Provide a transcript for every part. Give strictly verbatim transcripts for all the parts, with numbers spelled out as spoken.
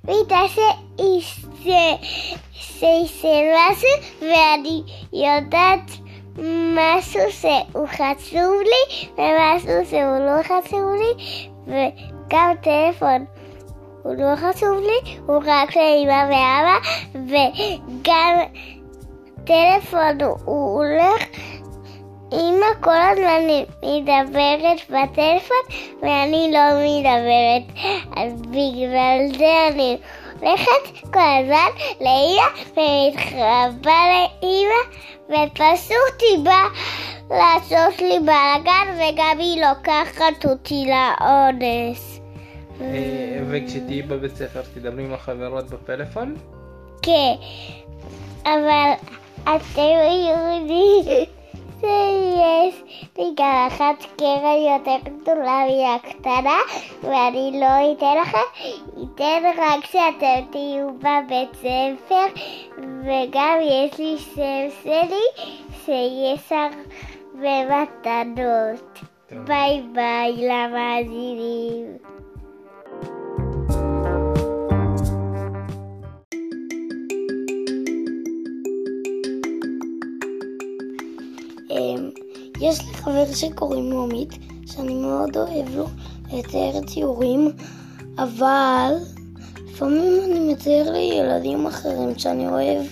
והיא תעשה משהו, ואני יודעת משהו שהוא חשוב לי, ומשהו שהוא לא חשוב לי, וגם טלפון הוא לא חשוב לי, הוא רק לאמא ואבא, וגם טלפון הוא הולך, אמא כל הזמן מדברת בטלפון, ואני לא מדברת, אז בגלל זה אני הולכת כל הזמן לאמא, ומתחבא לאמא, ופשוט היא באה לעשות לי בלגן, וגם היא לוקחת אותי לאונס. וכשתהיי בבית ספר תדברי עם החברות בפלאפון? כן, אבל אתם יודעים שיש לי גם אחת קרן יותר גדולה מהקטנה, ואני לא אתן לכם, אתן רק שאתם תהיו בבית ספר, וגם יש לי שם שלי שיש הרבה מתנות. ביי ביי למאזינים. יש לי חבר שקוראים לו עמית, שאני מאוד אוהב לו לתאר ציורים, אבל לפעמים אני מתאר לילדים אחרים שאני אוהב,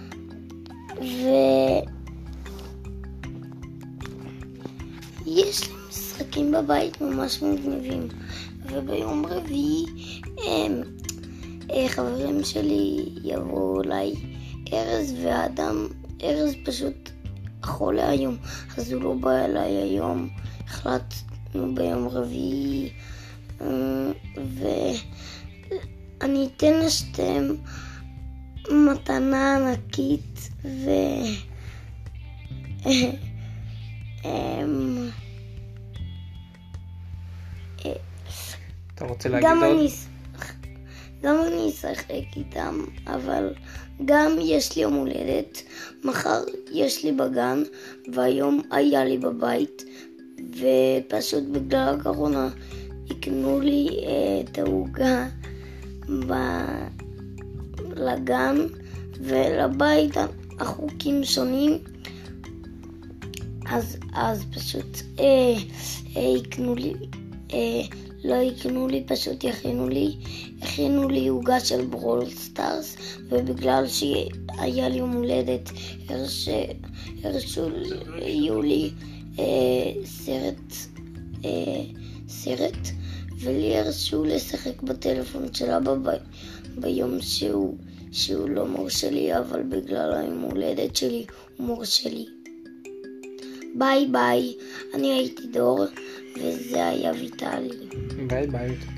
ויש לי משחקים בבית ממש מגניבים. וביום רביעי הם, חברים שלי יבואו אליי, ארז ואדם. ארז פשוט חולה היום, אז הוא לא בא אליי היום. החלטנו ביום רביעי, ואני אתן לשתיהם מתנה ענקית, ו... אתה רוצה להגיד עוד? גם אני אשחק איתם, אבל גם יש לי יום הולדת, מחר יש לי בגן, והיום היה לי בבית, ופשוט בגלל הקורונה יקנו לי את העוגה לגן, ולבית החוקים שונים, אז, אז פשוט אה, אה, יקנו לי, אה, לא יקנו לי, פשוט יכינו לי, הכינו לי עוגה של ברול סטארס, ובגלל שהיה לי יום הולדת, הרשו יהיו לי אה, סרט, אה, סרט, ולי הרשו לשחק בטלפון שלה בבית, ביום שהוא, שהוא לא מורשה לי, אבל בגלל היום הולדת שלי הוא מורשה לי. ביי ביי, אני הייתי דור, וזה היה ויטלי. ביי ביי.